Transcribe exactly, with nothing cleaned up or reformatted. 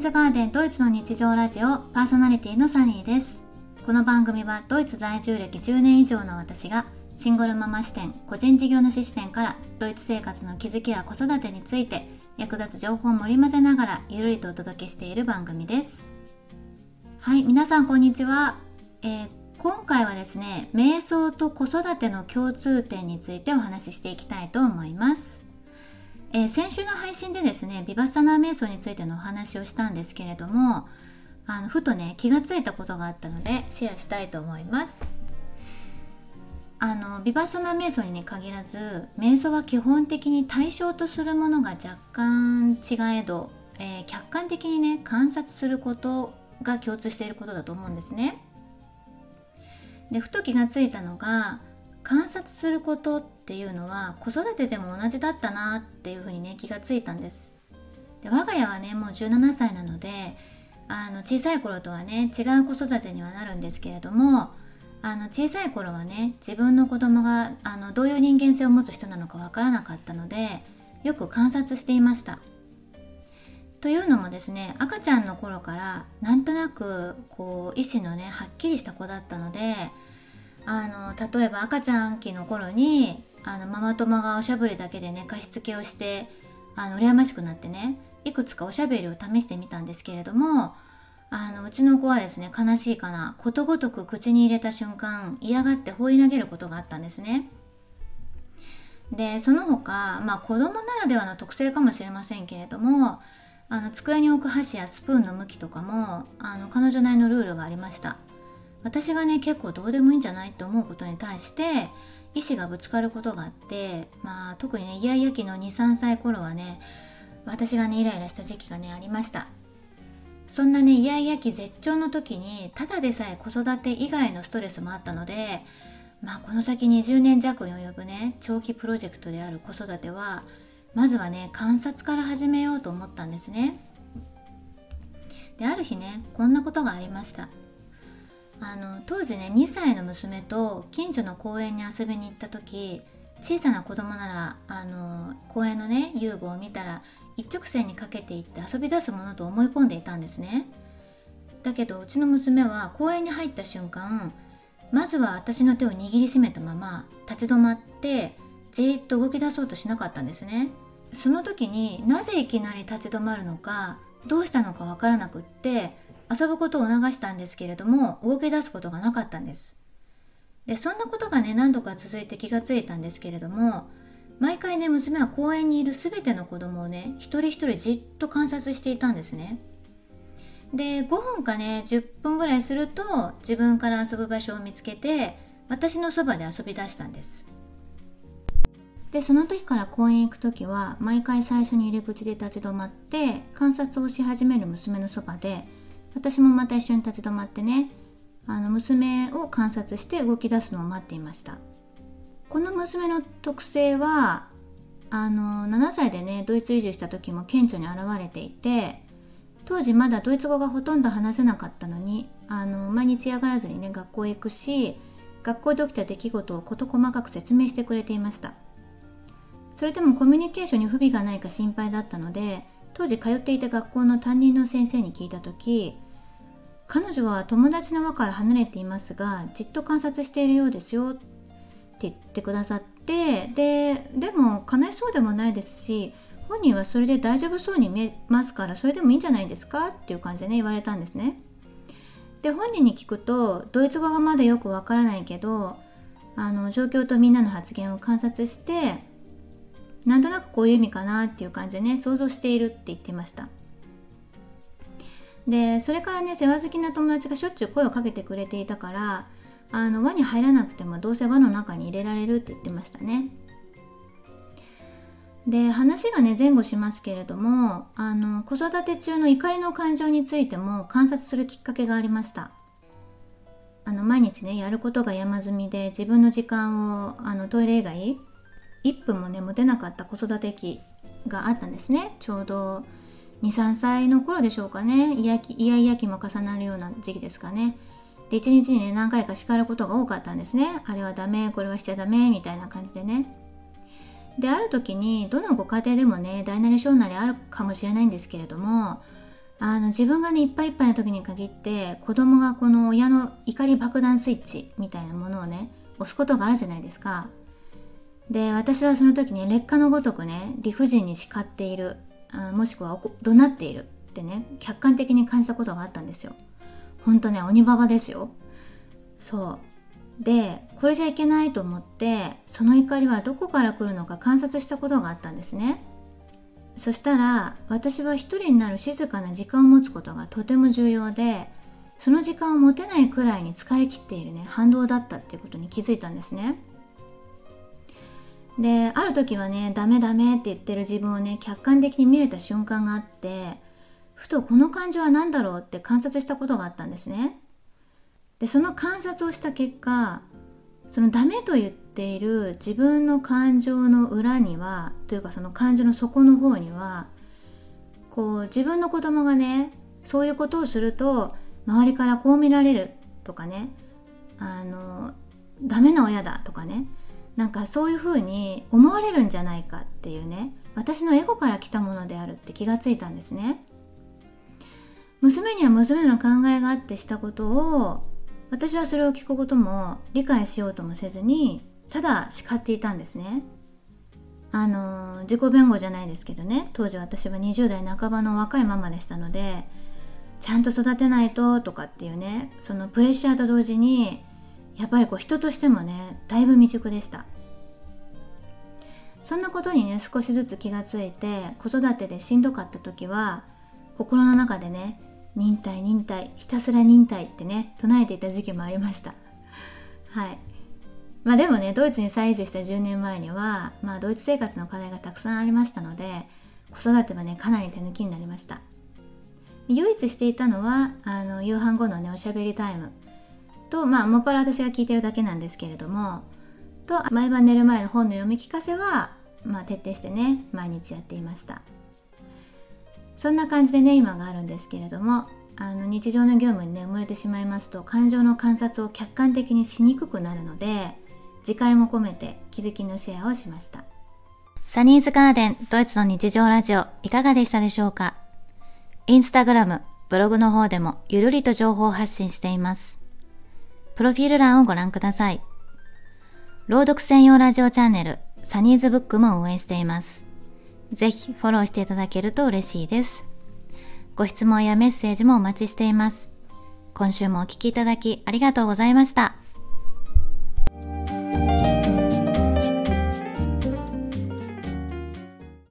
ズガーデンドイツの日常ラジオパーソナリティのサニーです。この番組はドイツ在住歴じゅうねん以上の私がシングルママ視点、個人事業主視点からドイツ生活の気づきや子育てについて役立つ情報を盛り混ぜながらゆるりとお届けしている番組です。はい、皆さんこんにちは。えー、今回はですね、瞑想と子育ての共通点についてお話ししていきたいと思います。えー、先週の配信でですね、ビバッサナー瞑想についてのお話をしたんですけれども、あのふとね気がついたことがあったのでシェアしたいと思います。あのビバッサナー瞑想に、ね、限らず、瞑想は基本的に対象とするものが若干違えど、えー、客観的にね観察することが共通していることだと思うんですね。でふと気がついたのが、観察することっていうのは子育てでも同じだったなっていうふうにね気がついたんです。で我が家はねもうじゅうななさいなので、あの小さい頃とはね違う子育てにはなるんですけれども、あの小さい頃はね自分の子供があのどういう人間性を持つ人なのかわからなかったので、よく観察していました。というのもですね、赤ちゃんの頃からなんとなくこう意志のねはっきりした子だったので、あの例えば赤ちゃん期の頃にあのママ友がおしゃぶりだけでね貸し付けをしてあの羨ましくなってね、いくつかおしゃべりを試してみたんですけれども、あのうちの子はですね、悲しいかな、ことごとく口に入れた瞬間嫌がって放り投げることがあったんですね。でその他、まあ、子供ならではの特性かもしれませんけれども、あの机に置く箸やスプーンの向きとかもあの彼女なりのルールがありました。私がね結構どうでもいいんじゃないと思うことに対して意思がぶつかることがあって、まあ、特にねイヤイヤ期のにさんさい頃はね、私がねイライラした時期がねありました。そんなねイヤイヤ期絶頂の時にただでさえ子育て以外のストレスもあったので、まあ、この先にじゅうねん弱に及ぶね長期プロジェクトである子育てはまずはね観察から始めようと思ったんですね。である日ねこんなことがありました。あの当時ねにさいの娘と近所の公園に遊びに行った時、小さな子供ならあの公園のね遊具を見たら一直線にかけていって遊び出すものと思い込んでいたんですね。だけどうちの娘は公園に入った瞬間、まずは私の手を握りしめたまま立ち止まってじーっと動き出そうとしなかったんですね。その時になぜいきなり立ち止まるのか、どうしたのかわからなくって、遊ぶことを促したんですけれども動き出すことがなかったんです。でそんなことがね何度か続いて気がついたんですけれども、毎回ね娘は公園にいるすべての子供をね一人一人じっと観察していたんですね。でごふんかねじゅっぷんぐらいすると自分から遊ぶ場所を見つけて私のそばで遊び出したんです。でその時から公園へ行く時は毎回最初に入り口で立ち止まって観察をし始める娘のそばで、私もまた一緒に立ち止まってね、あの娘を観察して動き出すのを待っていました。この娘の特性はあのななさいでねドイツ移住した時も顕著に現れていて、当時まだドイツ語がほとんど話せなかったのに、あの毎日嫌がらずにね学校へ行くし、学校で起きた出来事を事細かく説明してくれていました。それでもコミュニケーションに不備がないか心配だったので、当時通っていた学校の担任の先生に聞いた時、彼女は友達の輪から離れていますがじっと観察しているようですよって言ってくださって、ででも悲しそうでもないですし、本人はそれで大丈夫そうに見えますから、それでもいいんじゃないですかっていう感じでね言われたんですね。で本人に聞くと、ドイツ語がまだよくわからないけど、あの状況とみんなの発言を観察してなんとなくこういう意味かなっていう感じでね想像しているって言っていました。でそれからね世話好きな友達がしょっちゅう声をかけてくれていたから、あの輪に入らなくてもどうせ輪の中に入れられるって言ってましたね。で話がね前後しますけれども、あの子育て中の怒りの感情についても観察するきっかけがありました。あの毎日ねやることが山積みで自分の時間をあのトイレ以外いっぷんもね持てなかった子育て期があったんですね。ちょうどにさんさいの頃でしょうかね。イヤイヤイヤ期も重なるような時期ですかね。でいちにちにね何回か叱ることが多かったんですね。あれはダメ、これはしちゃダメみたいな感じでね。である時にどのご家庭でもね大なり小なりあるかもしれないんですけれども、 あの自分がねいっぱいいっぱいの時に限って子供がこの親の怒り爆弾スイッチみたいなものをね押すことがあるじゃないですか。で、私はその時に劣化のごとくね理不尽に叱っている、あもしくは怒鳴っているってね客観的に感じたことがあったんですよ。ほんとね鬼ババですよ。そうで、これじゃいけないと思ってその怒りはどこから来るのか観察したことがあったんですね。そしたら私は一人になる静かな時間を持つことがとても重要で、その時間を持てないくらいに疲れ切っているね反動だったっていうことに気づいたんですね。で、ある時はねダメダメって言ってる自分をね客観的に見れた瞬間があって、ふとこの感情は何だろうって観察したことがあったんですね。で、その観察をした結果、そのダメと言っている自分の感情の裏には、というかその感情の底の方には、こう自分の子供がねそういうことをすると周りからこう見られるとかね、あのダメな親だとかね、なんかそういう風に思われるんじゃないかっていうね、私のエゴから来たものであるって気がついたんですね。娘には娘の考えがあってしたことを、私はそれを聞くことも理解しようともせずに、ただ叱っていたんですね。あの自己弁護じゃないですけどね、当時私はにじゅう代半ばの若いママでしたので、ちゃんと育てないととかっていうね、そのプレッシャーと同時にやっぱりこう人としてもねだいぶ未熟でした。そんなことにね少しずつ気がついて、子育てでしんどかった時は心の中でね、忍耐忍耐ひたすら忍耐ってね唱えていた時期もありました。はい。まあでもね、ドイツに再移住したじゅうねんまえには、まあドイツ生活の課題がたくさんありましたので、子育てはねかなり手抜きになりました。唯一していたのはあの夕飯後のねおしゃべりタイムと、まあもっぱら私が聞いてるだけなんですけれども、と毎晩寝る前の本の読み聞かせは、まあ徹底してね毎日やっていました。そんな感じでね今があるんですけれども、あの日常の業務にね埋もれてしまいますと、感情の観察を客観的にしにくくなるので、次回も込めて気づきのシェアをしました。サニーズガーデンドイツの日常ラジオいかがでしたでしょうか。インスタグラム、ブログの方でもゆるりと情報を発信しています。プロフィール欄をご覧ください。朗読専用ラジオチャンネルサニーズブックも運営しています。ぜひフォローしていただけると嬉しいです。ご質問やメッセージもお待ちしています。今週もお聞きいただきありがとうございました。